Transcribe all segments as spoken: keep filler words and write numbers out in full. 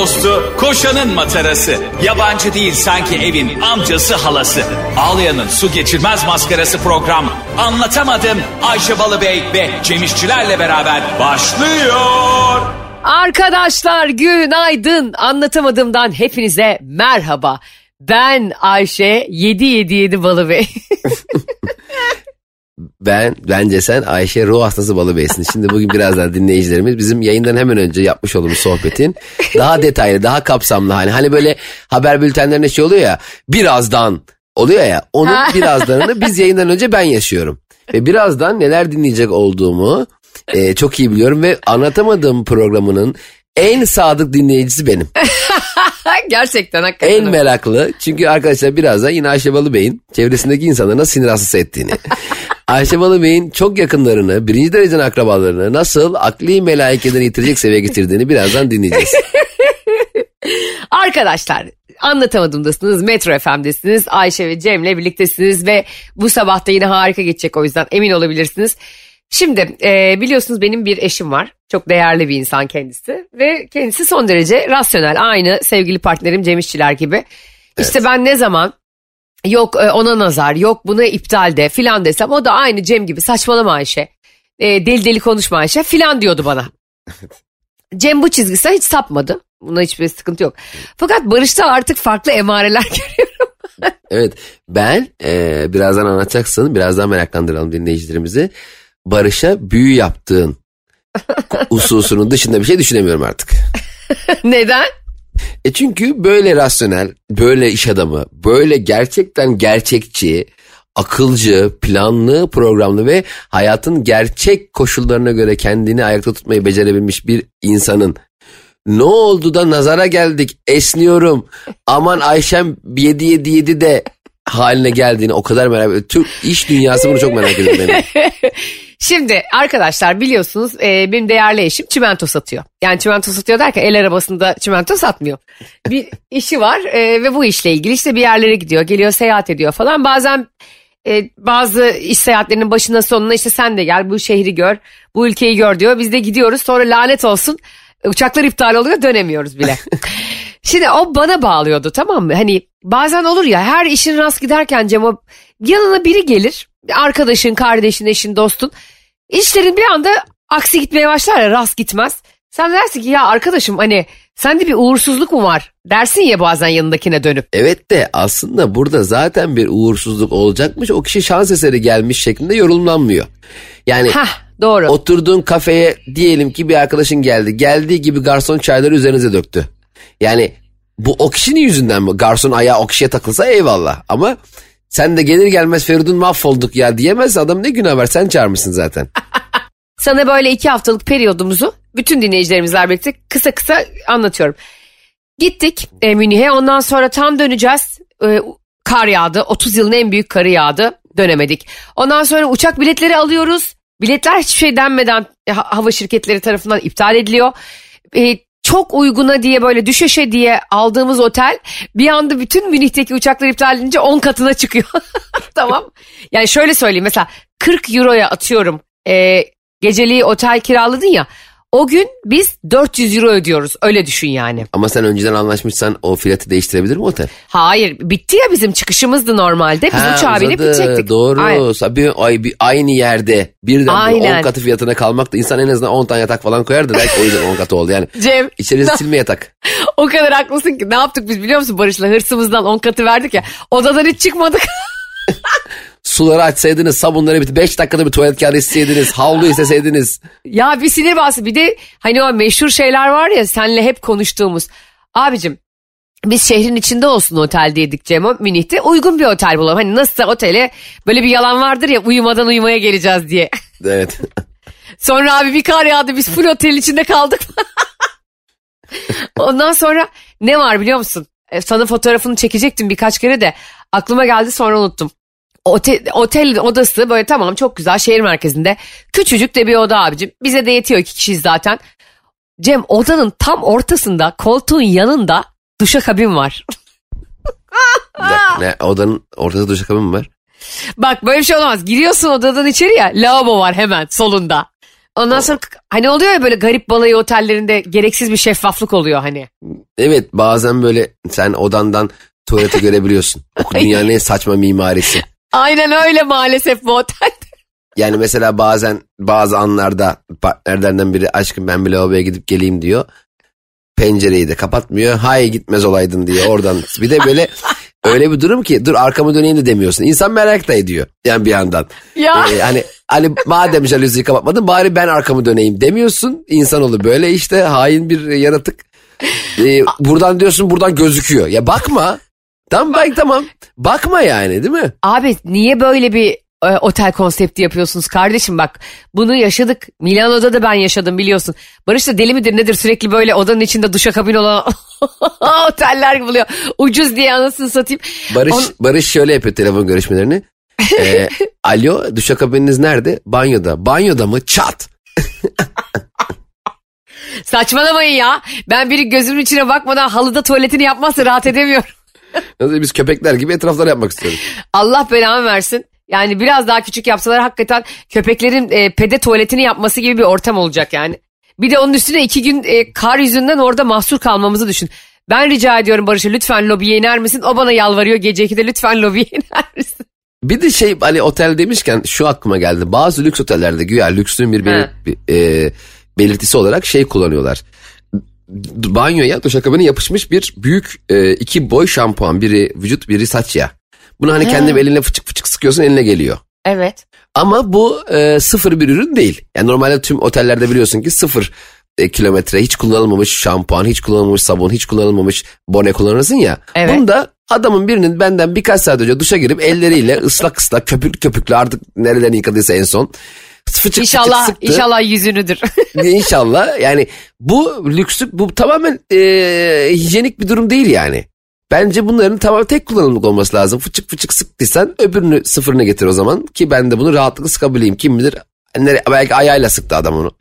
dostu, koşanın matarası. Yabancı değil sanki evin amcası halası. Ağlayan'ın su geçirmez maskarası program. Anlatamadım Ayşe Balıbey ve Cemişçilerle beraber başlıyor. Arkadaşlar günaydın. Anlatamadığımdan hepinize merhaba. Ben Ayşe yedi yedi yedi Balıbey. Ben, bence sen Ayşe ruh hastası Balıbey'sin. Şimdi bugün birazdan dinleyicilerimiz bizim yayından hemen önce yapmış olduğumuz sohbetin daha detaylı, daha kapsamlı hani hani böyle haber bültenlerinde şey oluyor ya, birazdan oluyor ya, onun birazdanını biz yayından önce ben yaşıyorum. Ve birazdan neler dinleyecek olduğumu e, çok iyi biliyorum ve Anlatamadığım programının en sadık dinleyicisi benim. Gerçekten hakikaten. En meraklı, çünkü arkadaşlar birazdan yine Ayşe Balıbey'in çevresindeki insanları nasıl sinir hastası ettiğini, Ayşe Balıbey'in çok yakınlarını, birinci dereceden akrabalarını nasıl akli melaikeden yitirecek seviyeye getirdiğini birazdan dinleyeceğiz. Arkadaşlar Anlatamadığımdasınız, Metro F M'desiniz, Ayşe ve Cem'le birliktesiniz ve bu sabah da yine harika geçecek, o yüzden emin olabilirsiniz. Şimdi e, biliyorsunuz benim bir eşim var. Çok değerli bir insan kendisi ve kendisi son derece rasyonel. Aynı sevgili partnerim Cem İşçiler gibi. Evet. İşte ben ne zaman yok ona nazar, yok buna iptal de filan desem o da aynı Cem gibi saçmalama Ayşe, e, deli deli konuşma Ayşe filan diyordu bana. Cem bu çizgisine hiç sapmadı. Buna hiçbir sıkıntı yok. Fakat Barış'ta artık farklı emareler görüyorum. Evet, ben e, birazdan anlatacaksın, birazdan meraklandıralım dinleyicilerimizi. Barış'a büyü yaptığın hususunun dışında bir şey düşünemiyorum artık. Neden? E çünkü böyle rasyonel, böyle iş adamı, böyle gerçekten gerçekçi, akılcı, planlı, programlı ve hayatın gerçek koşullarına göre kendini ayakta tutmayı becerebilmiş bir insanın ne oldu da nazara geldik, esniyorum, aman Ayşem yedi yedi yedi de haline geldiğini o kadar merak ediyorum. Türk iş dünyası bunu çok merak ediyor benim. Şimdi arkadaşlar biliyorsunuz e, benim değerli eşim çimento satıyor. Yani çimento satıyor derken el arabasında çimento satmıyor. Bir işi var e, ve bu işle ilgili işte bir yerlere gidiyor, geliyor, seyahat ediyor falan. Bazen e, bazı iş seyahatlerinin başına sonuna işte sen de gel bu şehri gör, bu ülkeyi gör diyor. Biz de gidiyoruz, sonra lanet olsun uçaklar iptal oluyor, dönemiyoruz bile. Şimdi o bana bağlıyordu, tamam mı? Hani bazen olur ya, her işin rast giderken Cem, o yanına biri gelir, arkadaşın, kardeşin, eşin, dostun, işlerin bir anda aksi gitmeye başlar ya, rast gitmez. Sen dersin ki ya arkadaşım hani sende bir uğursuzluk mu var dersin ya bazen yanındakine dönüp. Evet de aslında burada zaten bir uğursuzluk olacakmış, o kişi şans eseri gelmiş şeklinde yorumlanmıyor. Yani Heh, doğru. Oturduğun kafeye diyelim ki bir arkadaşın geldi, geldiği gibi garson çayları üzerinize döktü. Yani bu o kişinin yüzünden mi? Garson ayağı o kişiye takılsa eyvallah. Ama sen de gelir gelmez Feridun mahvolduk ya diyemez, adam ne günah var, sen çağırmışsın zaten. Sana böyle iki haftalık periyodumuzu bütün dinleyicilerimizle birlikte kısa kısa anlatıyorum. Gittik e, Münih'e, ondan sonra tam döneceğiz. E, kar yağdı, otuz yılın en büyük karı yağdı, dönemedik. Ondan sonra uçak biletleri alıyoruz. Biletler hiçbir şey denmeden hava şirketleri tarafından iptal ediliyor. E, Çok uyguna diye böyle düşeşe diye aldığımız otel bir anda bütün Münih'teki uçaklar iptal edince on katına çıkıyor. Tamam. Yani şöyle söyleyeyim, mesela kırk euroya atıyorum e, geceliği otel kiraladın ya, o gün biz dört yüz euro ödüyoruz, öyle düşün yani. Ama sen önceden anlaşmışsan o fiyatı değiştirebilir mi otel? Hayır, bitti ya, bizim çıkışımızdı normalde, biz ha, uçağa binip gidecektik. Doğru. Aynen. Bir, ay, bir, aynı yerde birden on katı fiyatına kalmak da insan en azından on tane yatak falan koyar da belki o yüzden on katı oldu yani. Cem. İçerisi silme yatak. O kadar haklısın ki, ne yaptık biz biliyor musun Barış'la, hırsımızdan on katı verdik ya, odadan hiç çıkmadık. Suları açsaydınız, sabunları bir beş dakikada bir tuvalet kağıdı isteseydiniz, havlu isteseydiniz. Ya bir sinir bastı, bir de hani o meşhur şeyler var ya seninle hep konuştuğumuz. Abicim biz şehrin içinde olsun otel dedik Cem, Münih'te uygun bir otel bulalım. Hani nasılsa otele böyle bir yalan vardır ya, uyumadan uyumaya geleceğiz diye. Evet. Sonra abi bir kar yağdı, biz full otelin içinde kaldık. Ondan sonra ne var biliyor musun? Sana fotoğrafını çekecektim birkaç kere de aklıma geldi, sonra unuttum. Otel, otel odası böyle tamam, çok güzel, şehir merkezinde küçücük de bir oda abicim, bize de yetiyor, iki kişiyiz zaten. Cem, odanın tam ortasında koltuğun yanında duşakabin var. Ne, odanın ortasında duşakabin mi var? Bak böyle bir şey olamaz, giriyorsun odadan içeri ya, lavabo var hemen solunda. Ondan sonra hani oluyor ya böyle garip balayı otellerinde gereksiz bir şeffaflık oluyor hani. Evet, bazen böyle sen odandan tuvalete görebiliyorsun. Dünyanın en saçma mimarisi. Aynen öyle maalesef bu otelde. Yani mesela bazen bazı anlarda partnerlerden biri aşkım ben bir lavaboya gidip geleyim diyor. Pencereyi de kapatmıyor. Hay gitmez olaydın diye oradan. Bir de böyle öyle bir durum ki dur arkamı döneyim de demiyorsun. İnsan merak da ediyor yani bir yandan. Ya. Ee, hani, hani madem jaluziyi kapatmadın bari ben arkamı döneyim demiyorsun. İnsanoğlu böyle işte hain bir yaratık. Ee, buradan diyorsun buradan gözüküyor. Ya bakma. Tamam bak tamam. Bakma yani değil mi? Abi niye böyle bir e, otel konsepti yapıyorsunuz kardeşim bak. Bunu yaşadık. Milano'da da ben yaşadım biliyorsun. Barış da deli midir nedir sürekli böyle odanın içinde duşakabin olan oteller buluyor. Ucuz diye anasını satayım. Barış On... Barış şöyle yapıyor telefon görüşmelerini. Ee, alo duşakabininiz nerede? Banyoda. Banyoda mı? Çat. Saçmalamayın ya. Ben biri gözümün içine bakmadan halıda tuvaletini yapmazsa rahat edemiyorum. Biz köpekler gibi etraflar yapmak istiyoruz. Allah belamı versin. Yani biraz daha küçük yapsalar hakikaten köpeklerin e, pede tuvaletini yapması gibi bir ortam olacak yani. Bir de onun üstüne iki gün e, kar yüzünden orada mahsur kalmamızı düşün. Ben rica ediyorum Barış'a lütfen lobiye iner misin? O bana yalvarıyor gece ikide lütfen lobiye iner misin? Bir de şey hani otel demişken şu aklıma geldi. Bazı lüks otellerde güya lüksün bir, belir, bir e, belirtisi olarak şey kullanıyorlar. Banyoya duşakabine yapışmış bir büyük e, iki boy şampuan. Biri vücut biri saç yağı. Bunu hani kendi elinle fıçık fıçık sıkıyorsun eline geliyor. Evet. Ama bu e, sıfır bir ürün değil. Yani normalde tüm otellerde biliyorsun ki sıfır e, kilometre hiç kullanılmamış şampuan, hiç kullanılmamış sabun, hiç kullanılmamış bone kullanırsın ya. Evet. Bunda adamın birinin benden birkaç saat önce duşa girip elleriyle ıslak ıslak köpüklü köpüklü artık nereden yıkadıysa en son. Fıçık İnşallah, fıçık sıktı. İnşallah yüzünüdür. İnşalsluk yani bu lükslük bu tamamen e, hijyenik bir durum değil yani. Bence bunların tamamen tek kullanımlık olması lazım. Fıçık fıçık sıktıysan öbürünü sıfırına getir o zaman. Ki ben de bunu rahatlıkla sıkabileyim. Kim bilir belki ayağıyla sıktı adam onu.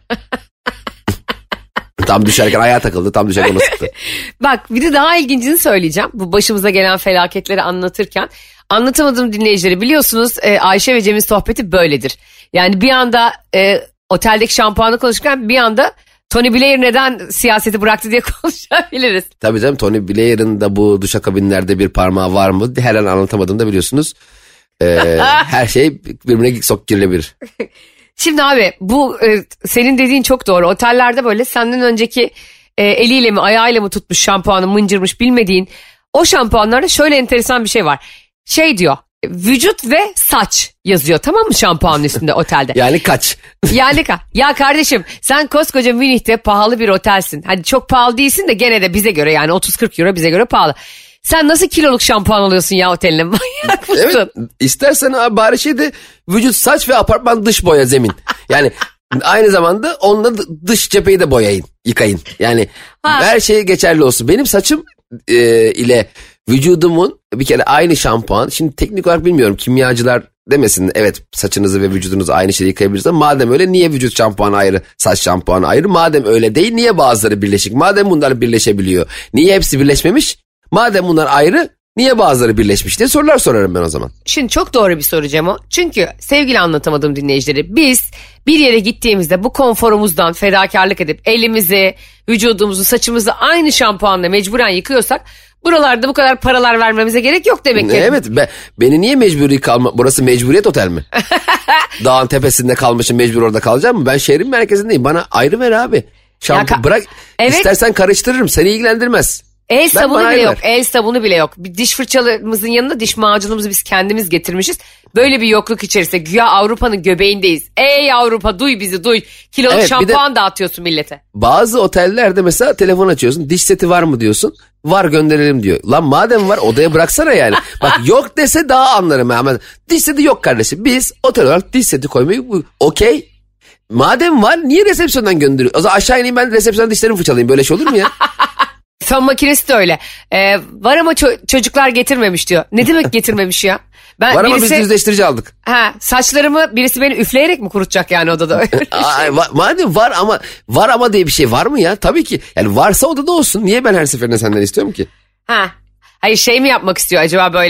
Tam düşerken ayağa takıldı tam düşerken onu sıktı. Bak bir de daha ilgincini söyleyeceğim. Bu başımıza gelen felaketleri anlatırken. Anlatamadığım dinleyicileri biliyorsunuz e, Ayşe ve Cem'in sohbeti böyledir. Yani bir anda e, oteldeki şampuanı konuşurken bir anda Tony Blair neden siyaseti bıraktı diye konuşabiliriz. Tabii canım Tony Blair'ın da bu duşakabinlerde bir parmağı var mı? Her an anlatamadım da biliyorsunuz. Ee, her şey birbirine sok girilebilir. Şimdi abi bu e, senin dediğin çok doğru. Otellerde böyle senden önceki e, eliyle mi ayağıyla mı tutmuş şampuanı mıncırmış bilmediğin o şampuanlarda şöyle enteresan bir şey var. Şey diyor vücut ve saç yazıyor tamam mı şampuanın üstünde otelde. Yani kaç? Yani ka ya kardeşim sen koskoca Münih'te pahalı bir otelsin. Hadi çok pahalı değilsin de gene de bize göre yani otuz kırk euro bize göre pahalı. Sen nasıl kiloluk şampuan alıyorsun ya oteline manyak mısın? Evet istersen abi bari şeyde vücut saç ve apartman dış boya zemin. Yani aynı zamanda onunla dış cepheyi de boyayın yıkayın. Yani ha. Her şey geçerli olsun. Benim saçım e, ile vücudumun bir kere aynı şampuan. Şimdi teknik olarak bilmiyorum kimyacılar demesin evet saçınızı ve vücudunuzu aynı şeyle yıkayabiliriz ama madem öyle niye vücut şampuanı ayrı saç şampuanı ayrı madem öyle değil niye bazıları birleşik madem bunlar birleşebiliyor niye hepsi birleşmemiş madem bunlar ayrı niye bazıları birleşmiş diye sorular sorarım ben o zaman. Şimdi çok doğru bir soru Cemo çünkü sevgili anlatamadığım dinleyicileri biz bir yere gittiğimizde bu konforumuzdan fedakarlık edip elimizi vücudumuzu saçımızı aynı şampuanla mecburen yıkıyorsak buralarda bu kadar paralar vermemize gerek yok demek ki. Evet be, beni niye mecburi kalma burası mecburiyet otel mi? Dağın tepesinde kalmışım mecbur orada kalacağım mı? Ben şehrin merkezindeyim bana ayrı ver abi. Şampu bırak evet. İstersen karıştırırım seni ilgilendirmez. El ben sabunu bile yok. El sabunu bile yok. Bir diş fırçamızın yanında diş macunumuzu biz kendimiz getirmişiz. Böyle bir yokluk içerisinde güya Avrupa'nın göbeğindeyiz. Ey Avrupa duy bizi duy. Kiloluk evet, şampuan dağıtıyorsun millete. Bazı otellerde mesela telefon açıyorsun. Diş seti var mı diyorsun. Var gönderelim diyor. Lan madem var odaya bıraksana yani. Bak yok dese daha anlarım. Ama diş seti yok kardeşim. Biz otel olarak diş seti koymayı okey. Madem var niye resepsiyondan gönderiyor? O zaman aşağı ineyim ben resepsiyondan dişlerimi fırçalayayım. Böyle şey olur mu ya? Fön makinesi de öyle. Ee, var ama ço- çocuklar getirmemiş diyor. Ne demek getirmemiş ya? Ben var birisi, ama biz yüzleştirici aldık. Ha, saçlarımı birisi beni üfleyerek mi kurutacak yani odada? Ay, va- madem var ama var ama diye bir şey var mı ya? Tabii ki. Yani varsa odada olsun. Niye ben her seferinde senden istiyorum ki? Ha. Hayır şey mi yapmak istiyor acaba böyle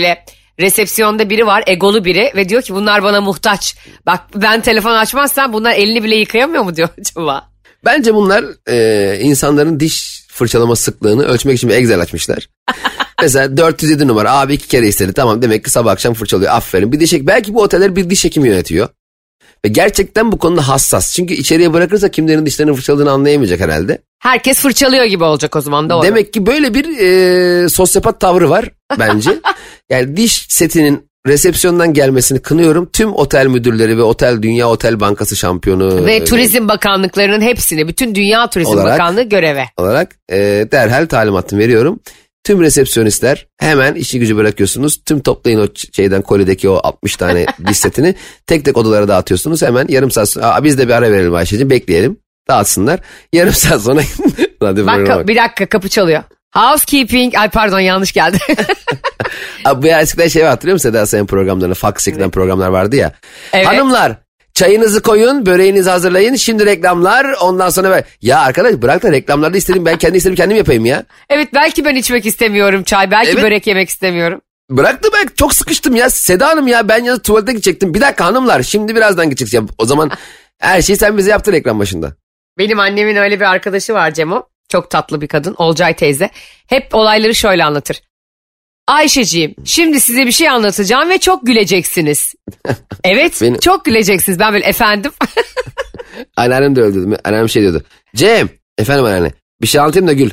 resepsiyonda biri var, egolu biri ve diyor ki bunlar bana muhtaç. Bak ben telefon açmazsam bunlar elini bile yıkayamıyor mu diyor acaba? Bence bunlar e, insanların diş fırçalama sıklığını ölçmek için bir Excel açmışlar. Mesela dört yüz yedi numara abi iki kere istedi, tamam demek ki sabah akşam fırçalıyor, aferin. Bir diş hekimi, belki bu oteller bir diş hekimi yönetiyor. Ve gerçekten bu konuda hassas. Çünkü içeriye bırakırsa kimlerin dişlerini fırçaladığını anlayamayacak herhalde. Herkes fırçalıyor gibi olacak o zaman, doğru. Demek ki böyle bir e, sosyopat tavrı var bence. Yani diş setinin resepsiyondan gelmesini kınıyorum. Tüm otel müdürleri ve Otel Dünya Otel Bankası şampiyonu. Ve Turizm Bakanlıklarının hepsini, bütün Dünya Turizm olarak, Bakanlığı göreve. Olarak e, derhal talimatımı veriyorum. Tüm resepsiyonistler hemen işi gücü bırakıyorsunuz. Tüm toplayın o şeyden, kolideki o altmış tane diş setini tek tek odalara dağıtıyorsunuz. Hemen yarım saat sonra, Aa, biz de bir ara verelim Ayşe'cim, bekleyelim. Dağıtsınlar. Yarım saat sonra. Bak, bak bir dakika, kapı çalıyor. Housekeeping. Ay pardon, yanlış geldi. Abi, bu eskiden şey var, hatırlıyor musun Seda Sayan programlarını? Fax çekilen evet. programlar vardı ya. Evet. Hanımlar çayınızı koyun, böreğinizi hazırlayın. Şimdi reklamlar, ondan sonra ben... Ya arkadaş bırak da reklamlarda istedim, ben kendi istedim kendim yapayım ya. Evet, belki ben içmek istemiyorum çay, belki evet. börek yemek istemiyorum. Bırak da ben çok sıkıştım ya Seda Hanım ya, ben ya tuvalete gidecektim. Bir dakika hanımlar, şimdi birazdan gideceğiz ya. O zaman her şeyi sen bize yaptın ekran başında. Benim annemin öyle bir arkadaşı var Cemo. Çok tatlı bir kadın, Olcay teyze. Hep olayları şöyle anlatır. Ayşeciğim, şimdi size bir şey anlatacağım ve çok güleceksiniz. Evet, Benim... çok güleceksiniz. Ben böyle efendim. Anneannem de öyle diyordu. Anneannem şey diyordu. Cem, efendim anneanne, bir şey anlatayım da gül.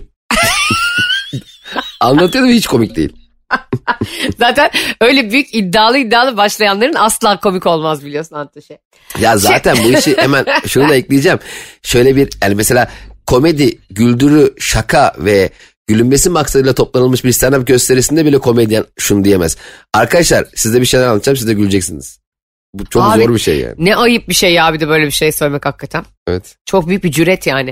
Anlatıyordum, hiç komik değil. Zaten öyle büyük iddialı iddialı başlayanların asla komik olmaz, biliyorsun Antuşe. Ya zaten bu işi hemen şunu da ekleyeceğim. Şöyle bir, yani mesela komedi, güldürü, şaka ve gülünmesi maksadıyla toplanılmış bir stand-up gösterisinde bile komedyen şunu diyemez. Arkadaşlar size bir şeyler anlatacağım, siz de güleceksiniz. Bu çok abi, zor bir şey yani. Ne ayıp bir şey ya, bir de böyle bir şey söylemek hakikaten. Evet. Çok büyük bir cüret yani.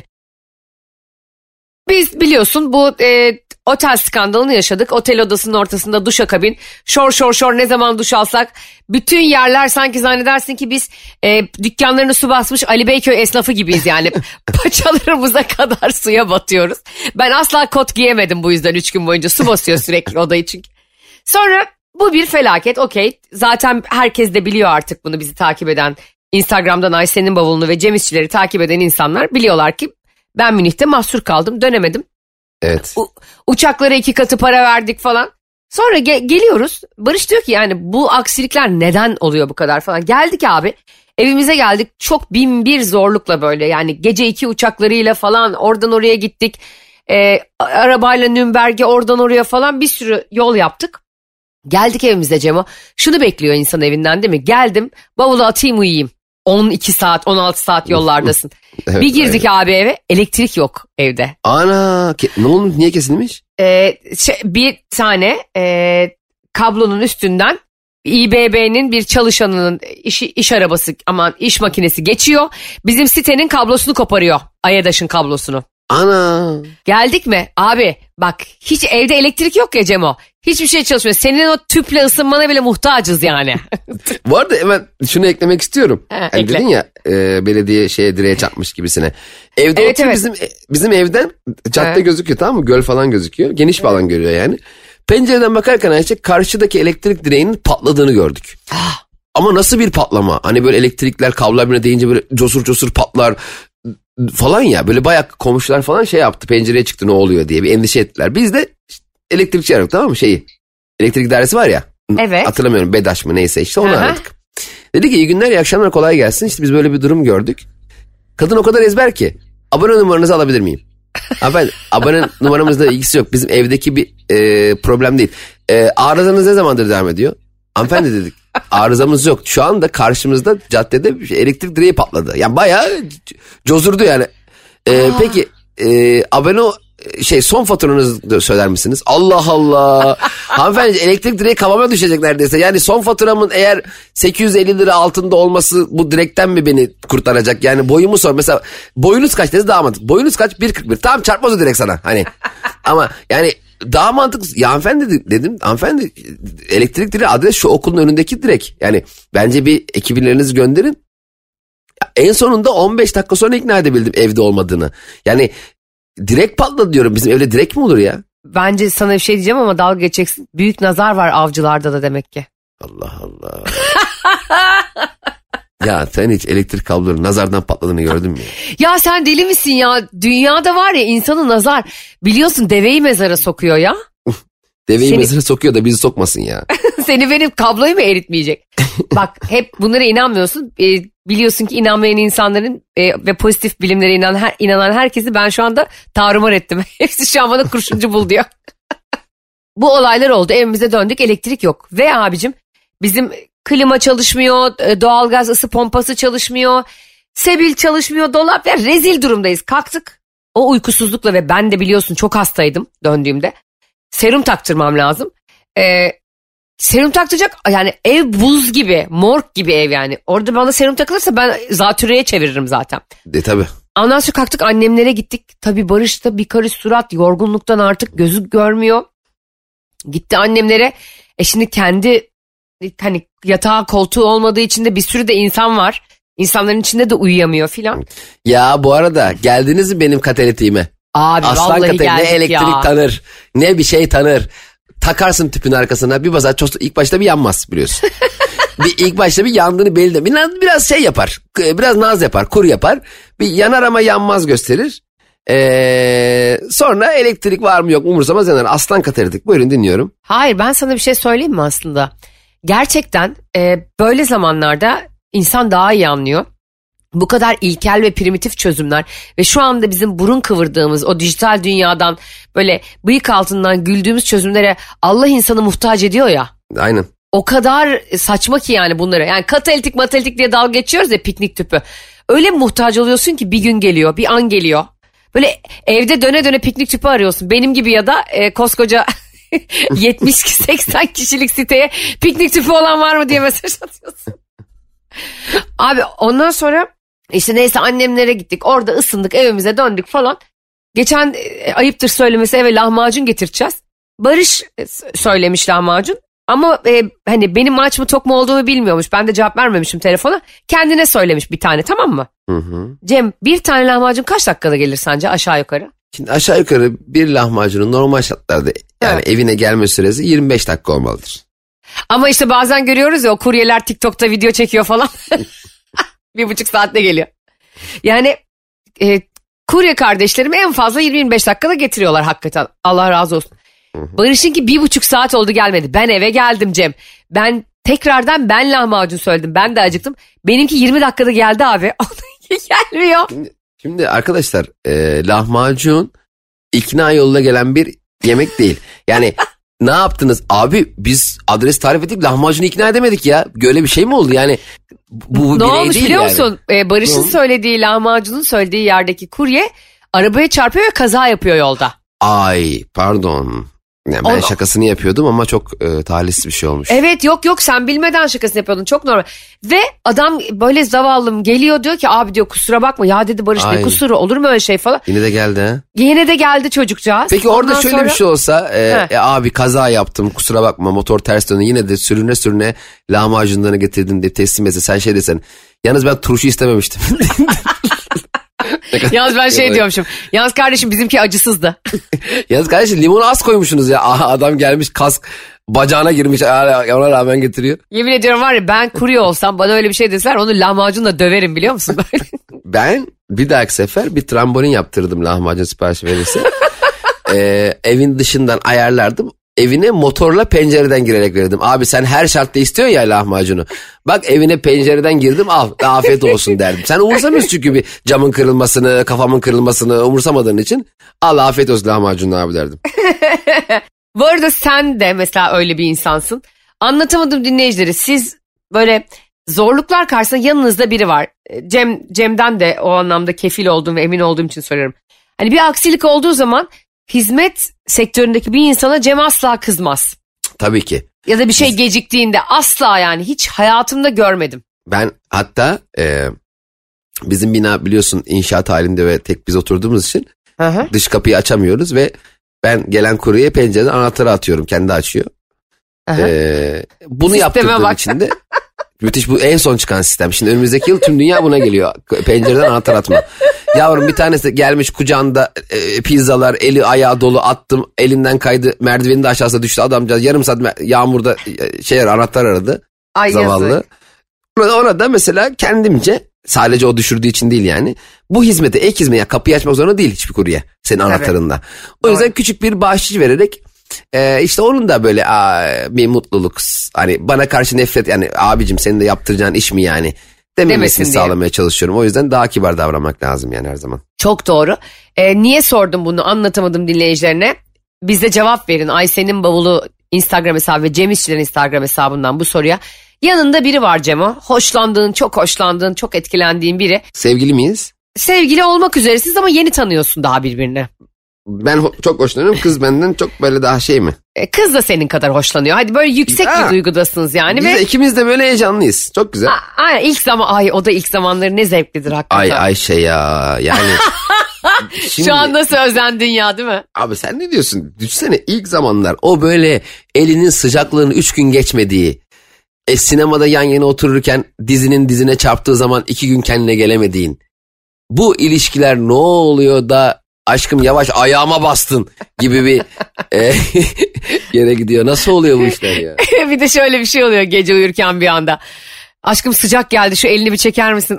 Biz biliyorsun bu e, otel skandalını yaşadık. Otel odasının ortasında duşakabin. Şor şor şor, ne zaman duş alsak bütün yerler sanki zannedersin ki biz e, dükkanlarını su basmış Ali Beyköy esnafı gibiyiz yani. Paçalarımıza kadar suya batıyoruz. Ben asla kot giyemedim bu yüzden, üç gün boyunca su basıyor sürekli odayı çünkü. Sonra bu bir felaket, okey. Zaten herkes de biliyor artık bunu, bizi takip eden, Instagram'dan Ayşe'nin bavulunu ve Cem İşçileri takip eden insanlar biliyorlar ki ben Münih'te mahsur kaldım, dönemedim. Evet. U- uçaklara iki katı para verdik falan. Sonra ge- geliyoruz. Barış diyor ki yani bu aksilikler neden oluyor bu kadar falan. Geldik abi. Evimize geldik. Çok bin bir zorlukla böyle, yani gece iki uçaklarıyla falan oradan oraya gittik. Ee, arabayla Nürnberg'e, oradan oraya falan bir sürü yol yaptık. Geldik evimize Cemo. Şunu bekliyor insan evinden, değil mi? Geldim, bavulu atayım uyuyayım. on iki saat, on altı saat yollardasın. Evet, bir girdik aynen. Abi eve, elektrik yok evde. Ana, ke- ne oldu, niye kesilmiş? Ee, şey, bir tane e, kablonun üstünden İ B B'nin bir çalışanının iş, iş arabası, aman iş makinesi geçiyor. Bizim sitenin kablosunu koparıyor. Ayadaş'ın kablosunu. Ana. Geldik mi? Abi bak, hiç evde elektrik yok ya Cemo. Hiçbir şey çalışmıyor. Senin o tüple ısınmana bile muhtacız yani. Bu arada hemen şunu eklemek istiyorum. He, yani ekle. Dedin ya e, belediye şeye direğe çarpmış gibisine. Evde evet, evet. bizim bizim evden cadde evet. gözüküyor, tamam mı? Göl falan gözüküyor. Geniş bir evet. alan görüyor yani. Pencereden bakarken Ayşe, karşıdaki elektrik direğinin patladığını gördük. Ama nasıl bir patlama? Hani böyle elektrikler kablolar birine değince böyle cosur cosur patlar falan ya, böyle bayağı komşular falan şey yaptı, pencereye çıktı ne oluyor diye bir endişe ettiler. Biz de işte elektrikçi aradık, tamam mı, şeyi elektrik dairesi var ya, evet. hatırlamıyorum, BEDAŞ mı neyse işte onu Aha. aradık. Dedi ki iyi günler, iyi akşamlar, kolay gelsin, işte biz böyle bir durum gördük. Kadın o kadar ezber ki, abone numaranızı alabilir miyim? Abi abone numaramızla ilgisi yok, bizim evdeki bir e, problem değil. E, arızanız ne zamandır devam ediyor? Hanımefendi dedik, arızamız yok. Şu anda karşımızda caddede elektrik direği patladı. Yani bayağı cozurdu yani. Ee, peki e, abone şey son faturanızı da söyler misiniz? Allah Allah. Hanımefendi elektrik direği kafama düşecek neredeyse. Yani son faturamın eğer sekiz yüz elli lira altında olması bu direkten mi beni kurtaracak? Yani boyumu sor. Mesela boyunuz kaç dedi, daha mantıklı. Boyunuz kaç? bir kırk bir. Tamam, çarpmaz o direkt sana. Hani ama yani daha mantıklı. Ya hanımefendi dedim, hanımefendi elektrik direği adres şu okulun önündeki direk. Yani bence bir ekiplerinizi gönderin. En sonunda on beş dakika sonra ikna edebildim evde olmadığını. Yani direkt patladı diyorum, bizim evde direkt mi olur ya? bence sana bir şey diyeceğim ama dalga geçeceksin. Büyük nazar var avcılarda da demek ki. Allah Allah. Ya sen hiç elektrik kabloları nazardan patladığını gördün mü? Ya sen deli misin ya? Dünyada var ya insanı nazar. Biliyorsun deveyi mezara sokuyor ya. Deveyi Seni... mezara sokuyor da bizi sokmasın ya. Seni benim kabloyu mu eritmeyecek? Bak hep bunlara inanmıyorsun. E, biliyorsun ki inanmayan insanların e, ve pozitif bilimlere inanan, her, inanan herkesi ben şu anda tarumar ettim. Hepsi şu an bana kurşuncu bul diyor. Bu olaylar oldu. Evimize döndük. Elektrik yok. Ve abicim bizim klima çalışmıyor. Doğalgaz ısı pompası çalışmıyor. Sebil çalışmıyor. Dolap. Ya rezil durumdayız. Kalktık. O uykusuzlukla ve ben de biliyorsun çok hastaydım döndüğümde. Serum taktırmam lazım. Ee, serum taktıracak yani ev buz gibi. Morg gibi ev yani. Orada bana serum takılırsa ben zatürreye çeviririm zaten. De tabii. Ondan sonra kalktık annemlere gittik. Tabii Barış da bir karış surat yorgunluktan artık gözü görmüyor. Gitti annemlere. E şimdi kendi hani yatağı koltuğu olmadığı için de bir sürü de insan var. İnsanların içinde de uyuyamıyor filan. Ya bu arada geldiniz mi benim katalitiğime? Abi Aslan vallahi katali ne elektrik ya. tanır ne bir şey tanır. Takarsın tüpün arkasına bir basar çok ilk başta bir yanmaz biliyorsun. bir ilk başta bir yandığını belli. Biraz, biraz şey yapar. Biraz naz yapar, kur yapar. Bir yanar ama yanmaz gösterir. Ee, sonra elektrik var mı yok mu umursamaz yanar. Aslan katalitik. Buyurun dinliyorum. Hayır ben sana bir şey söyleyeyim mi aslında? Gerçekten e, böyle zamanlarda insan daha iyi anlıyor. Bu kadar ilkel ve primitif çözümler ve şu anda bizim burun kıvırdığımız o dijital dünyadan böyle bıyık altından güldüğümüz çözümlere Allah insanı muhtaç ediyor ya. Aynen. O kadar saçma ki yani bunlara. Yani katalitik matalitik diye dalga geçiyoruz ya piknik tüpü. Öyle muhtaç oluyorsun ki bir gün geliyor, bir an geliyor. Böyle evde döne döne piknik tüpü arıyorsun. Benim gibi ya da e, koskoca yetmiş seksen kişilik siteye piknik tüpü olan var mı diye mesaj atıyorsun. Abi ondan sonra işte neyse annemlere gittik. Orada ısındık, evimize döndük falan. Geçen e, ayıptır söylemesi eve lahmacun getireceğiz. Barış e, söylemiş lahmacun. Ama e, hani benim aç mı tok mu olduğumu bilmiyormuş. Ben de cevap vermemişim telefona. Kendine söylemiş bir tane, tamam mı? Hı hı. Cem, bir tane lahmacun kaç dakikada gelir sence aşağı yukarı? Şimdi aşağı yukarı bir lahmacunun normal şartlarda yani evet, evine gelme süresi yirmi beş dakika olmalıdır. Ama işte bazen görüyoruz ya o kuryeler TikTok'ta video çekiyor falan. Bir buçuk saatte geliyor. Yani e, kurye kardeşlerim en fazla yirmi yirmi beş dakikada getiriyorlar hakikaten. Allah razı olsun. Barış'ınki bir buçuk saat oldu gelmedi. Ben eve geldim Cem. Ben tekrardan ben lahmacun söyledim. Ben de acıktım. Benimki yirmi dakikada geldi abi. Onunki gelmiyor. Şimdi, şimdi arkadaşlar e, lahmacun ikna yoluna gelen bir yemek değil. Yani ne yaptınız? Abi biz adres tarif ettik lahmacunu ikna edemedik ya. Böyle bir şey mi oldu yani? Bu, bu ne olmuş biliyor yani musun? Ee, Barış'ın söylediği lahmacunun söylediği yerdeki kurye arabaya çarpıyor ve kaza yapıyor yolda. Ay pardon. Yani ben o, şakasını yapıyordum ama çok e, talihsiz bir şey olmuş. Evet yok yok sen bilmeden şakasını yapıyordun çok normal. Ve adam böyle zavallım geliyor diyor ki abi diyor kusura bakma ya dedi Barış Ay. Ne kusuru olur mu öyle şey falan. Yine de geldi ha. Yine de geldi çocukcağız. Peki orada Ondan şöyle sonra... bir şey olsa e, e, abi kaza yaptım kusura bakma motor ters döndü yine de sürüne sürüne lahmacunlarını getirdim diye teslim etse sen şey desen. Yalnız ben turşu istememiştim. Yalnız ben şey diyormuşum. Yalnız kardeşim bizimki acısızdı. Yalnız kardeşim limonu az koymuşsunuz ya. Aha, adam gelmiş kask bacağına girmiş ona rağmen getiriyor. Yemin ediyorum var ya ben kurye olsam bana öyle bir şey deseler onu lahmacunla döverim biliyor musun? Ben bir dahaki sefer bir trambolin yaptırdım lahmacun siparişi verirse. ee, evin dışından ayarlardım. Evine motorla pencereden girerek verdim. Abi sen her şartta istiyor ya lahmacunu. Bak evine pencereden girdim al afiyet olsun derdim. Sen umursamıyorsun çünkü bir camın kırılmasını kafamın kırılmasını umursamadığın için. Al afiyet olsun lahmacunu abi derdim. Bu arada sen de mesela öyle bir insansın. Anlatamadım dinleyicileri siz böyle zorluklar karşısında yanınızda biri var. Cem Cem'den de o anlamda kefil olduğum ve emin olduğum için soruyorum. Hani bir aksilik olduğu zaman hizmet sektöründeki bir insana Cem asla kızmaz. Tabii ki. Ya da bir şey geciktiğinde asla yani hiç hayatımda görmedim. Ben hatta e, bizim bina biliyorsun inşaat halinde ve tek biz oturduğumuz için Aha. dış kapıyı açamıyoruz ve ben gelen kuryeye pencereden anahtarı atıyorum kendi açıyor. E, bunu Sisteme yaptırdığım bak. için de Müthiş, bu en son çıkan sistem. Şimdi önümüzdeki yıl tüm dünya buna geliyor. Pencereden anahtar atma. Yavrum bir tanesi gelmiş kucağında e, pizzalar, eli ayağı dolu, attım. Elinden kaydı, merdivenin de aşağısına düştü. Adamcağız yarım saat yağmurda e, şeyler anahtar aradı. Ay, zavallı. Yazık. Ona da mesela kendimce, sadece o düşürdüğü için değil yani, bu hizmete, ek hizmete, yani kapıyı açmak zorunda değil hiçbir kurye senin anahtarında. Evet. O yüzden Doğru. küçük bir bahşiş vererek e, işte onun da böyle aa, bir mutluluk, hani bana karşı nefret, yani abicim senin de yaptıracağın iş mi yani dememesini sağlamaya çalışıyorum. O yüzden daha kibar davranmak lazım yani her zaman. Çok doğru. Ee, niye sordum bunu, anlatamadım dinleyicilerine. Bize cevap verin. Ayşe'nin bavulu Instagram hesabı ve Cem İşçilerin Instagram hesabından bu soruya. Yanında biri var Cemo. Hoşlandığın, çok hoşlandığın, çok etkilendiğin biri. Sevgili miyiz? Sevgili olmak üzeresiniz ama yeni tanıyorsun daha birbirini. Ben ho- çok hoşlanıyorum. Kız benden çok böyle daha şey mi? E, kız da senin kadar hoşlanıyor. Hadi böyle yüksek ya, bir duygudasınız yani. Biz ve... ikimiz de böyle heyecanlıyız. Çok güzel. A- aynen ilk zaman, ay o da ilk zamanları ne zevklidir hakikaten. Ay Ayşe ya yani. Şimdi, şu an nasıl özendin ya, değil mi? Abi sen ne diyorsun? Düşünsene ilk zamanlar o böyle elinin sıcaklığının üç gün geçmediği. E, sinemada yan yana otururken dizinin dizine çarptığı zaman iki gün kendine gelemediğin. Bu ilişkiler ne oluyor da aşkım yavaş ayağıma bastın gibi bir e, yere gidiyor. Nasıl oluyor bu işler ya? Bir de şöyle bir şey oluyor gece uyurken bir anda. Aşkım sıcak geldi, şu elini bir çeker misin?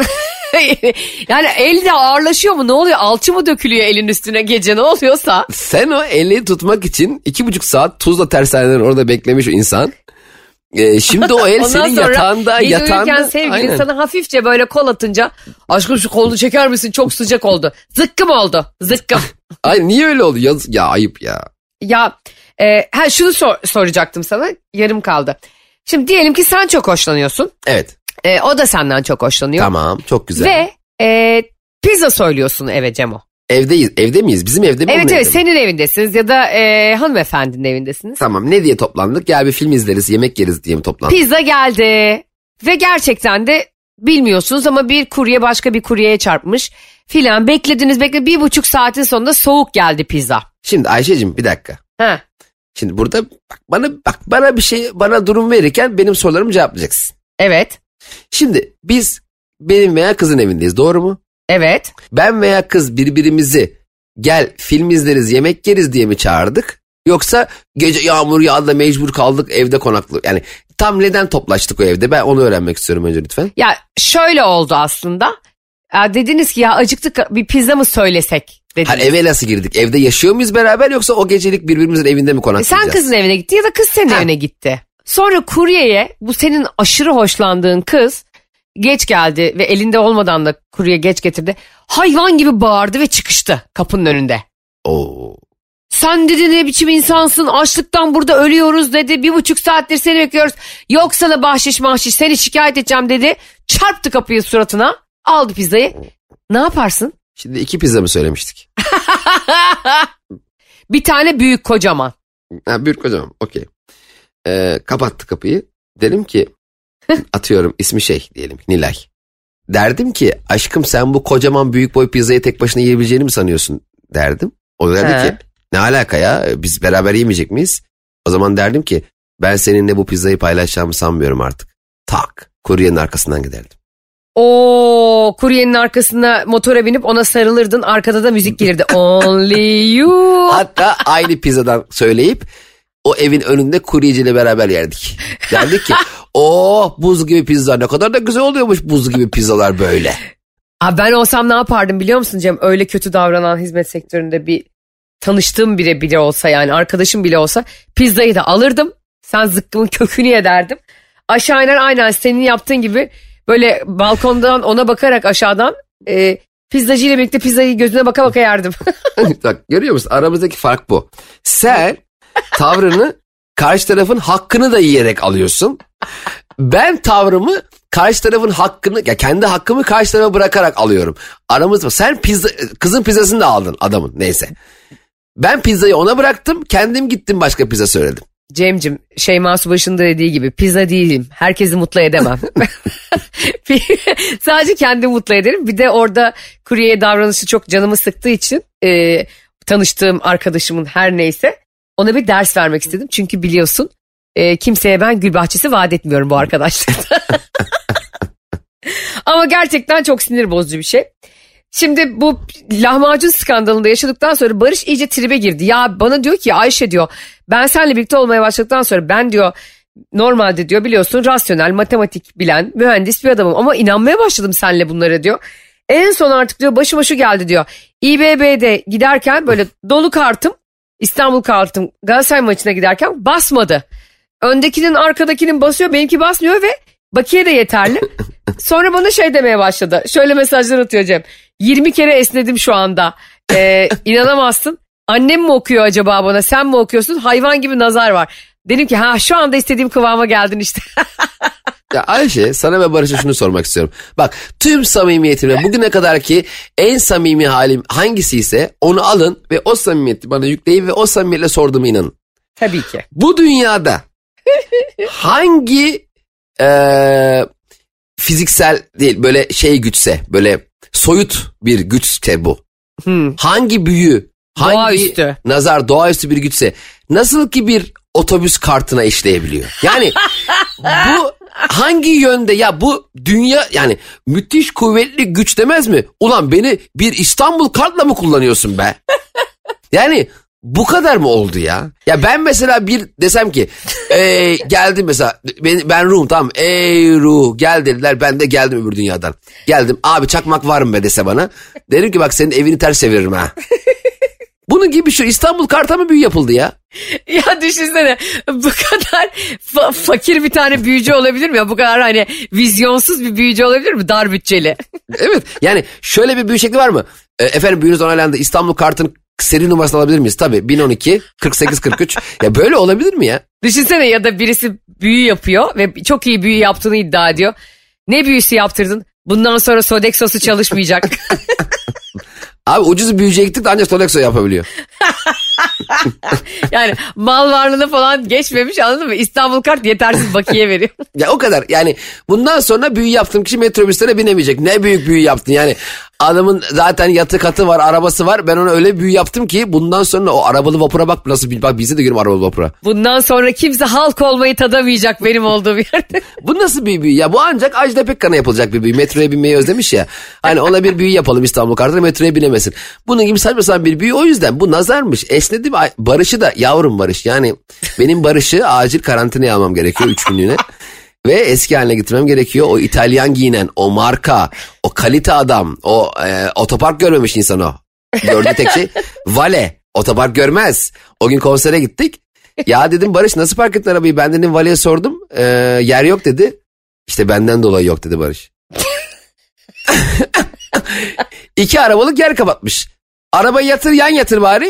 Yani el de ağırlaşıyor mu, ne oluyor? Alçı mı dökülüyor elin üstüne gece, ne oluyorsa? Sen o eli tutmak için iki buçuk saat Tuzla tersaneden orada beklemiş o insan. Ee, şimdi o el senin yatağında yatağında sevgilin aynen. Sana hafifçe böyle kol atınca aşkım şu kolunu çeker misin, çok sıcak oldu. Zıkkım oldu, zıkkım. Ay niye öyle oldu? Ya, ya ayıp ya. Ya e, ha, şunu sor, soracaktım sana, yarım kaldı. Şimdi diyelim ki sen çok hoşlanıyorsun. Evet. E, o da senden çok hoşlanıyor. Tamam, çok güzel. Ve e, pizza söylüyorsun eve Cemo. Evdeyiz. Evde miyiz? Bizim evde mi? Evet evet, senin evindesiniz ya da e, hanımefendinin evindesiniz. Tamam, ne diye toplandık? Gel bir film izleriz, yemek yeriz diye mi toplandık? Pizza geldi ve gerçekten de bilmiyorsunuz ama bir kurye başka bir kuryeye çarpmış filan, beklediniz bekle bir buçuk saatin sonunda soğuk geldi pizza. Şimdi Ayşe'cim bir dakika. Ha. Şimdi burada bak bana bak bana bir şey, bana durum verirken benim sorularımı cevaplayacaksın. Evet. Şimdi biz benim veya kızın evindeyiz, doğru mu? Evet. Ben veya kız birbirimizi gel film izleriz yemek yeriz diye mi çağırdık? Yoksa gece yağmur yağdı da mecbur kaldık evde konaklı. Yani tam neden toplaştık o evde? Ben onu öğrenmek istiyorum önce lütfen. Ya şöyle oldu aslında. Ya dediniz ki ya acıktık, bir pizza mı söylesek dediniz. Hani eve nasıl girdik? Evde yaşıyor muyuz beraber yoksa o gecelik birbirimizin evinde mi konaklayacağız? Sen kızın evine gitti ya da kız senin ha. evine gitti. Sonra kuryeye bu senin aşırı hoşlandığın kız geç geldi ve elinde olmadan da kurye geç getirdi. Hayvan gibi bağırdı ve çıkıştı kapının önünde. Oo. Sen dedi ne biçim insansın, açlıktan burada ölüyoruz dedi, bir buçuk saattir seni bekliyoruz, yok sana bahşiş mahşiş, seni şikayet edeceğim dedi. Çarptı kapıyı suratına, aldı pizzayı. Ne yaparsın? Şimdi iki pizza mı söylemiştik? Bir tane büyük kocaman. Ha, büyük kocaman, okey. Ee, kapattı kapıyı. Dedim ki atıyorum ismi şey diyelim Nilay. Derdim ki aşkım sen bu kocaman büyük boy pizzayı tek başına yiyebileceğini mi sanıyorsun derdim. O derdi He. ki ne alaka ya, biz beraber yemeyecek miyiz? O zaman derdim ki ben seninle bu pizzayı paylaşacağımı sanmıyorum artık. Tak, kuryenin arkasından giderdim. Oo, kuryenin arkasına motora binip ona sarılırdın, arkada da müzik gelirdi. Only you. Hatta aynı pizzadan söyleyip o evin önünde kuryeciyle beraber yerdik. Derdik ki oh buz gibi pizza, ne kadar da güzel oluyormuş buz gibi pizzalar böyle. Abi ben olsam ne yapardım biliyor musun Cem? Öyle kötü davranan hizmet sektöründe bir tanıştığım biri bile olsa, yani arkadaşım bile olsa, pizzayı da alırdım. Sen zıkkımın kökünü yederdim. Aşağı iner aynen senin yaptığın gibi böyle balkondan ona bakarak aşağıdan e, pizzacıyla birlikte pizzayı gözüne baka baka yerdim. Bak görüyor musun, aramızdaki fark bu. Sen tavrını karşı tarafın hakkını da yiyerek alıyorsun. Ben tavrımı karşı tarafın hakkını, ya kendi hakkımı karşı tarafa bırakarak alıyorum. Aramızda sen pizza, kızın pizzasını da aldın adamın, neyse. Ben pizzayı ona bıraktım, kendim gittim başka pizza söyledim. Cem'cim Şeyma Subaşı'nın da dediği gibi pizza değilim, herkesi mutlu edemem. Sadece kendimi mutlu ederim. Bir de orada kuryeye davranışı çok canımı sıktığı için e, tanıştığım arkadaşımın her neyse ona bir ders vermek istedim. Çünkü biliyorsun e, kimseye ben gül bahçesi vaat etmiyorum bu arkadaşlıkta. Ama gerçekten çok sinir bozucu bir şey. Şimdi bu lahmacun skandalında yaşadıktan sonra Barış iyice tribe girdi. Ya bana diyor ki Ayşe diyor ben seninle birlikte olmaya başladıktan sonra ben diyor normalde diyor biliyorsun rasyonel, matematik bilen, mühendis bir adamım ama inanmaya başladım seninle bunlara diyor. En son artık diyor başıma şu geldi diyor. İBB'de giderken böyle dolu kartım, İstanbul kartım Galatasaray maçına giderken basmadı. Öndekinin arkadakinin basıyor, benimki basmıyor ve bakiye de yeterli. Sonra bana şey demeye başladı. Şöyle mesajlar atıyor Cem. yirmi kere esnedim şu anda. Ee, inanamazsın. Annem mi okuyor acaba bana? Sen mi okuyorsun? Hayvan gibi nazar var. Dedim ki ha şu anda istediğim kıvama geldin işte. Ya Ayşe sana ve Barış'a şunu sormak istiyorum. Bak tüm samimiyetimle bugüne kadar ki en samimi halim hangisi ise onu alın ve o samimiyeti bana yükleyin ve o samimiyetle sorduğuma inanın. Tabii ki. Bu dünyada hangi e, fiziksel değil böyle şey güçse böyle soyut bir güçse bu. Hmm. Hangi büyü, hangi doğaüstü. nazar doğaüstü bir güçse nasıl ki bir otobüs kartına işleyebiliyor? Yani bu hangi yönde ya bu dünya yani müthiş kuvvetli güç demez mi? Ulan beni bir İstanbul kartla mı kullanıyorsun be? Yani bu kadar mı oldu ya? Ya ben mesela bir desem ki e, geldim mesela ben, ben ruhum tamam ey ruh gel dediler ben de geldim öbür dünyadan. Geldim abi çakmak var mı be dese bana. Derim ki bak senin evini ters çeviririm ha. Bunun gibi şu İstanbul karta mı büyü yapıldı ya? Ya düşünsene bu kadar fa- fakir bir tane büyücü olabilir mi ya? Bu kadar hani vizyonsuz bir büyücü olabilir mi? Dar bütçeli. Evet yani şöyle bir büyü şekli var mı? E, efendim büyünüz onaylandı İstanbul kartın seri numarasını alabilir miyiz? Tabii bin on iki kırk sekiz kırk üç ya böyle olabilir mi ya? Düşünsene ya da birisi büyü yapıyor ve çok iyi büyü yaptığını iddia ediyor. Ne büyüsü yaptırdın? Bundan sonra Sodexo'su çalışmayacak. Abi ucuz büyücüye gittik de ancak Sodexo yapabiliyor. Yani mal varlığına falan geçmemiş anladın mı? İstanbul kart yetersiz bakiye veriyor. Ya o kadar yani bundan sonra büyü yaptığım kişi metrobüslere binemeyecek. Ne büyük büyü yaptın yani. Adamın zaten yatı katı var arabası var ben ona öyle büyü yaptım ki bundan sonra o arabalı vapura bak nasıl bir bak bize de görüm arabalı vapura. Bundan sonra kimse halk olmayı tadamayacak benim olduğum yerde. Bu nasıl bir büyü ya bu ancak Ajda Pekkan'a yapılacak bir büyü metroya binmeyi özlemiş ya. Hani ona bir büyü yapalım İstanbul kartına metroya binemesin. Bunun gibi saçma sapan bir büyü o yüzden bu nazarmış esnedi mi Barış'ı da yavrum Barış yani benim Barış'ı acil karantinaya almam gerekiyor üç günlüğüne. Ve eski haline getirmem gerekiyor. O İtalyan giyinen, o marka, o kalite adam, o e, otopark görmemiş insan o. Gördüğü tek şey vale. Otopark görmez. O gün konsere gittik. Ya dedim Barış nasıl park ettin arabayı? Ben dedim valeye sordum. E, yer yok dedi. İşte benden dolayı yok dedi Barış. İki arabalık yer kapatmış. Arabayı yatır yan yatır bari.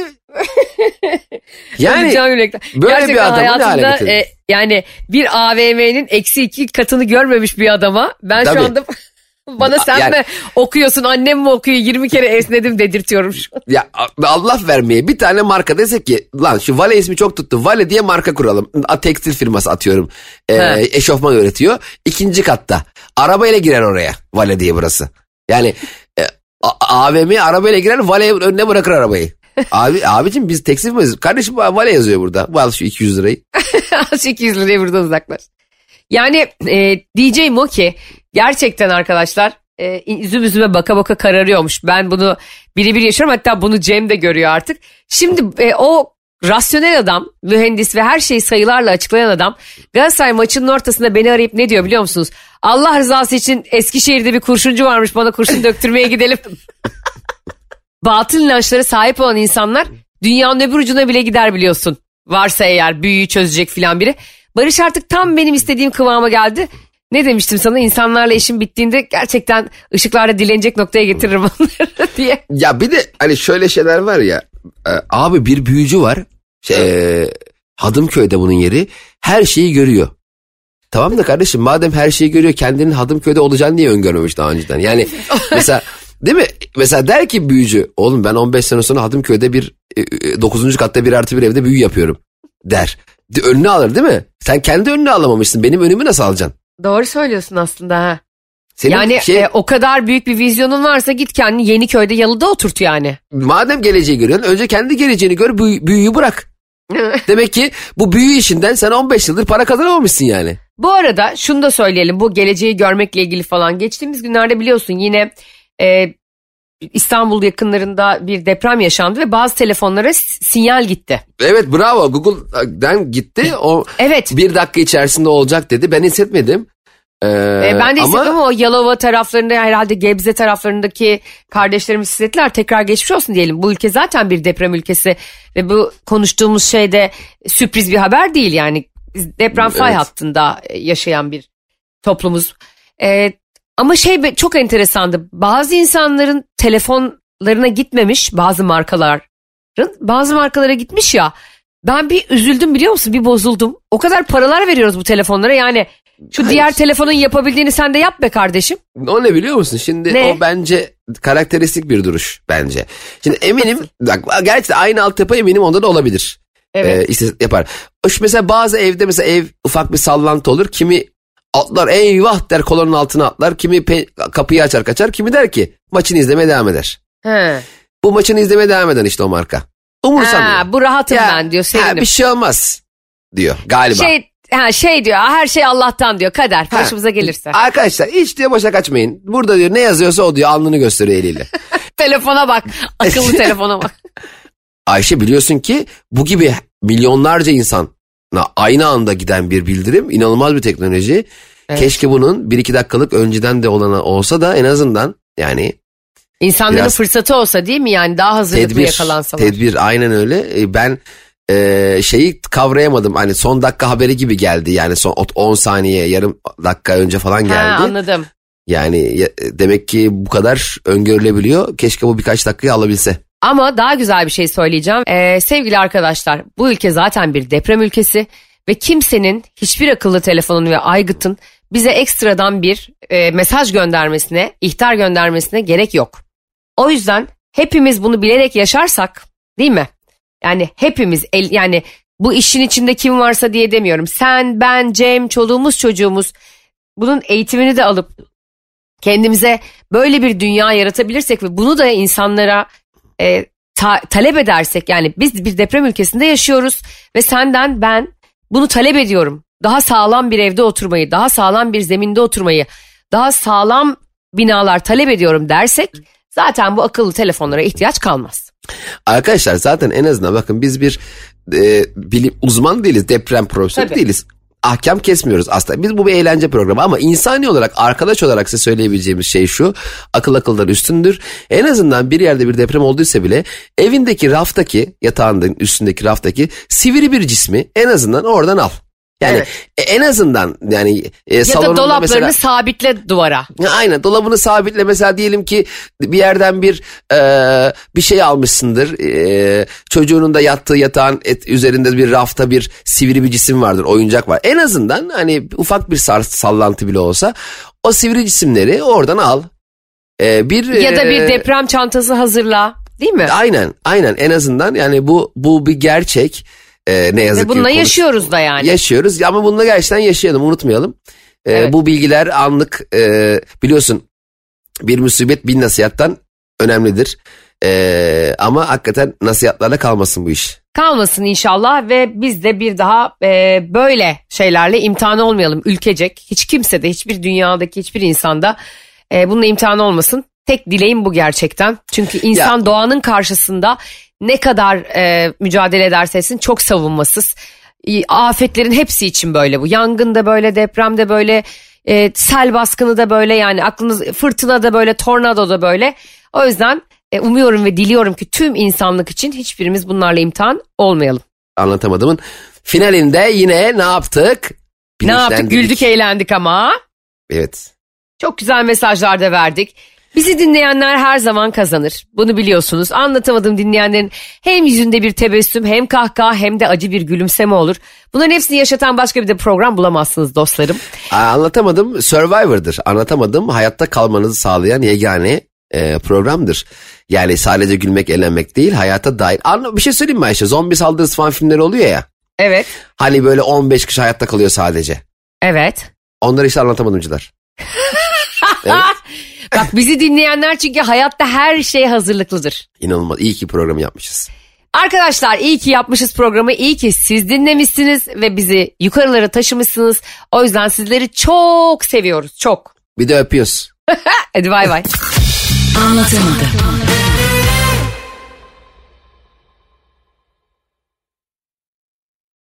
Yani böyle gerçekten bir adamı ne hale hayatında e, yani bir A V M'nin eksi iki katını görmemiş bir adama ben Tabii. şu anda bana sen yani, mi okuyorsun annem mi okuyor yirmi kere esnedim dedirtiyorum şu an. Ya Allah vermeye bir tane marka desek ki lan şu Vale ismi çok tuttu Vale diye marka kuralım. Tekstil firması atıyorum e, eşofman üretiyor ikinci katta arabayla girer oraya Vale diye burası. Yani e, A V M'ye arabayla girer Vale'ye önüne bırakır arabayı. Abi abicim biz tekstil miyiz? Kardeşim Vale yazıyor burada. Bu al şu iki yüz lirayı. Al şu iki yüz lirayı buradan uzaklaş. Yani e, diyeceğim o ki gerçekten arkadaşlar e, üzüm üzüme baka baka kararıyormuş. Ben bunu birebir yaşıyorum hatta bunu Cem de görüyor artık. Şimdi e, o rasyonel adam, mühendis ve her şeyi sayılarla açıklayan adam Galatasaray maçının ortasında beni arayıp ne diyor biliyor musunuz? Allah rızası için Eskişehir'de bir kurşuncu varmış bana kurşun döktürmeye gidelim. Batıl inançlara sahip olan insanlar dünyanın öbür ucuna bile gider biliyorsun. Varsa eğer büyüyü çözecek filan biri. Barış artık tam benim istediğim kıvama geldi. Ne demiştim sana insanlarla işim bittiğinde gerçekten ışıklarda dilenecek noktaya getiririm onları diye. Ya bir de hani şöyle şeyler var ya e, abi bir büyücü var şey, e, Hadımköy'de bunun yeri her şeyi görüyor. Tamam da kardeşim madem her şeyi görüyor kendinin Hadımköy'de olacağını niye öngörmemiş daha önceden? Yani mesela değil mi? Mesela der ki büyücü oğlum ben on beş sene sonra Hadımköy'de bir dokuzuncu katta bir artı bir evde büyü yapıyorum der. De, önünü alır değil mi? Sen kendi önünü alamamışsın benim önümü nasıl alacaksın? Doğru söylüyorsun aslında ha. Senin yani şey, e, o kadar büyük bir vizyonun varsa git kendini Yeniköy'de yalıda oturt yani. Madem geleceği görüyorsun önce kendi geleceğini gör büyü, büyüyü bırak. Demek ki bu büyü işinden sen on beş yıldır para kazanamamışsın yani. Bu arada şunu da söyleyelim, bu geleceği görmekle ilgili falan. Geçtiğimiz günlerde biliyorsun yine e, İstanbul yakınlarında bir deprem yaşandı ve bazı telefonlara sinyal gitti. Evet, bravo, Google'dan gitti. O evet. Bir dakika içerisinde olacak dedi. Ben hissetmedim. Ee, e, ben de ama... hissettim ama o Yalova taraflarında, herhalde Gebze taraflarındaki kardeşlerimiz hissettiler. Tekrar geçmiş olsun diyelim. Bu ülke zaten bir deprem ülkesi ve bu konuştuğumuz şey de sürpriz bir haber değil yani. Deprem fay evet. hattında yaşayan bir toplumuz. Ee, ama şey çok enteresandı. Bazı insanların telefonlarına gitmemiş, bazı markaların. Bazı markalara gitmiş ya. Ben bir üzüldüm, biliyor musun? Bir bozuldum. O kadar paralar veriyoruz bu telefonlara. Yani şu Hayır. diğer telefonun yapabildiğini sen de yap be kardeşim. O ne biliyor musun? Şimdi ne? O bence karakteristik bir duruş bence. Şimdi eminim, bak, gerçekten aynı altyapı eminim onda da olabilir. Evet. Ee, işte yapar. Şu mesela bazı evde mesela ev ufak bir sallantı olur. Kimi atlar eyvah der, kolonun altına atlar. Kimi pe- kapıyı açar kaçar. Kimi der ki maçını izlemeye devam eder. He. Bu maçını izlemeye devam eden işte o marka. Umursamıyor. Ha, bu rahatım ya, ben diyor, sevinim. Ha, bir şey olmaz diyor galiba. Şey, ha, şey diyor, her şey Allah'tan diyor, kader başımıza gelirse. Arkadaşlar hiç diyor boşa kaçmayın. Burada diyor ne yazıyorsa o diyor, alnını gösteriyor eliyle. Telefona bak, akıllı telefona bak. Ayşe, biliyorsun ki bu gibi milyonlarca insana aynı anda giden bir bildirim inanılmaz bir teknoloji. Evet. Keşke bunun bir iki dakikalık önceden de olana olsa da en azından yani. İnsanların fırsatı olsa değil mi yani, daha hazırlıklı tedbir, yakalansalar. Tedbir, aynen öyle. Ben e, şeyi kavrayamadım, hani son dakika haberi gibi geldi yani, son on saniye yarım dakika önce falan geldi. Ha, anladım. Yani demek ki bu kadar öngörülebiliyor. Keşke bu birkaç dakikayı alabilse. Ama daha güzel bir şey söyleyeceğim. Ee, sevgili arkadaşlar, bu ülke zaten bir deprem ülkesi ve kimsenin hiçbir akıllı telefonun ve aygıtın bize ekstradan bir e, mesaj göndermesine, ihtar göndermesine gerek yok. O yüzden hepimiz bunu bilerek yaşarsak, değil mi? Yani hepimiz, el, yani bu işin içinde kim varsa diye demiyorum. Sen, ben, Cem, çoluğumuz, çocuğumuz bunun eğitimini de alıp kendimize böyle bir dünya yaratabilirsek ve bunu da insanlara E, ta, talep edersek, yani biz bir deprem ülkesinde yaşıyoruz ve senden ben bunu talep ediyorum. Daha sağlam bir evde oturmayı, daha sağlam bir zeminde oturmayı, daha sağlam binalar talep ediyorum dersek zaten bu akıllı telefonlara ihtiyaç kalmaz. Arkadaşlar zaten en azından bakın, biz bir e, bilim uzman değiliz, deprem profesörü değiliz. Ahkam kesmiyoruz aslında. Biz bu bir eğlence programı ama insani olarak, arkadaş olarak size söyleyebileceğimiz şey şu: akıl akıldan üstündür. En azından bir yerde bir deprem olduysa bile evindeki raftaki, yatağının üstündeki raftaki sivri bir cismi en azından oradan al. Yani evet. en azından yani e, ya da dolaplarını mesela, sabitle duvara. Aynen, dolabını sabitle, mesela diyelim ki bir yerden bir e, bir şey almışsındır. E, çocuğunun da yattığı yatağın et, üzerinde bir rafta bir sivri bir cisim vardır, oyuncak var. En azından hani ufak bir sar, sallantı bile olsa o sivri cisimleri oradan al. E, bir ya da bir e, deprem çantası hazırla, değil mi? Aynen, aynen, en azından yani bu bu bir gerçek. Ee, ne yazık Ve bununla ki yaşıyoruz da yani. Yaşıyoruz ama bununla gerçekten yaşayalım, unutmayalım. Ee, evet. Bu bilgiler anlık, e, biliyorsun bir musibet bin nasihattan önemlidir. Ee, ama hakikaten nasihatlarla kalmasın bu iş. Kalmasın inşallah ve biz de bir daha e, böyle şeylerle imtihan olmayalım ülkecek. Hiç kimse de, hiçbir dünyadaki hiçbir insanda e, bununla imtihan olmasın. Tek dileğim bu gerçekten. Çünkü insan ya, doğanın karşısında ne kadar e, mücadele ederse etsin çok savunmasız. E, afetlerin hepsi için böyle bu. Yangın da böyle, deprem de böyle, e, sel baskını da böyle, yani aklınız, fırtına da böyle, tornado da böyle. O yüzden e, umuyorum ve diliyorum ki tüm insanlık için hiçbirimiz bunlarla imtihan olmayalım. Anlatamadımın finalinde yine ne yaptık? Ne yaptık? Güldük, eğlendik ama. Evet. Çok güzel mesajlar da verdik. Bizi dinleyenler her zaman kazanır. Bunu biliyorsunuz. Anlatamadım dinleyenlerin hem yüzünde bir tebessüm, hem kahkaha, hem de acı bir gülümseme olur. Bunların hepsini yaşatan başka bir de program bulamazsınız dostlarım. Anlatamadım Survivor'dır. Anlatamadım hayatta kalmanızı sağlayan yegane e, programdır. Yani sadece gülmek, eğlenmek değil, hayata dair. Anla, bir şey söyleyeyim mi Ayşe? Zombi saldırısı falan filmleri oluyor ya. Evet. Hani böyle on beş kişi hayatta kalıyor sadece. Evet. Onları işte anlatamadımcılar. Evet. Bak, bizi dinleyenler çünkü hayatta her şey hazırlıklıdır. İnanılmaz. İyi ki programı yapmışız. Arkadaşlar iyi ki yapmışız programı. İyi ki siz dinlemişsiniz ve bizi yukarılara taşımışsınız. O yüzden sizleri çok seviyoruz. Çok. Bir de öpüyoruz. Hadi bay bay. Anlatamadım.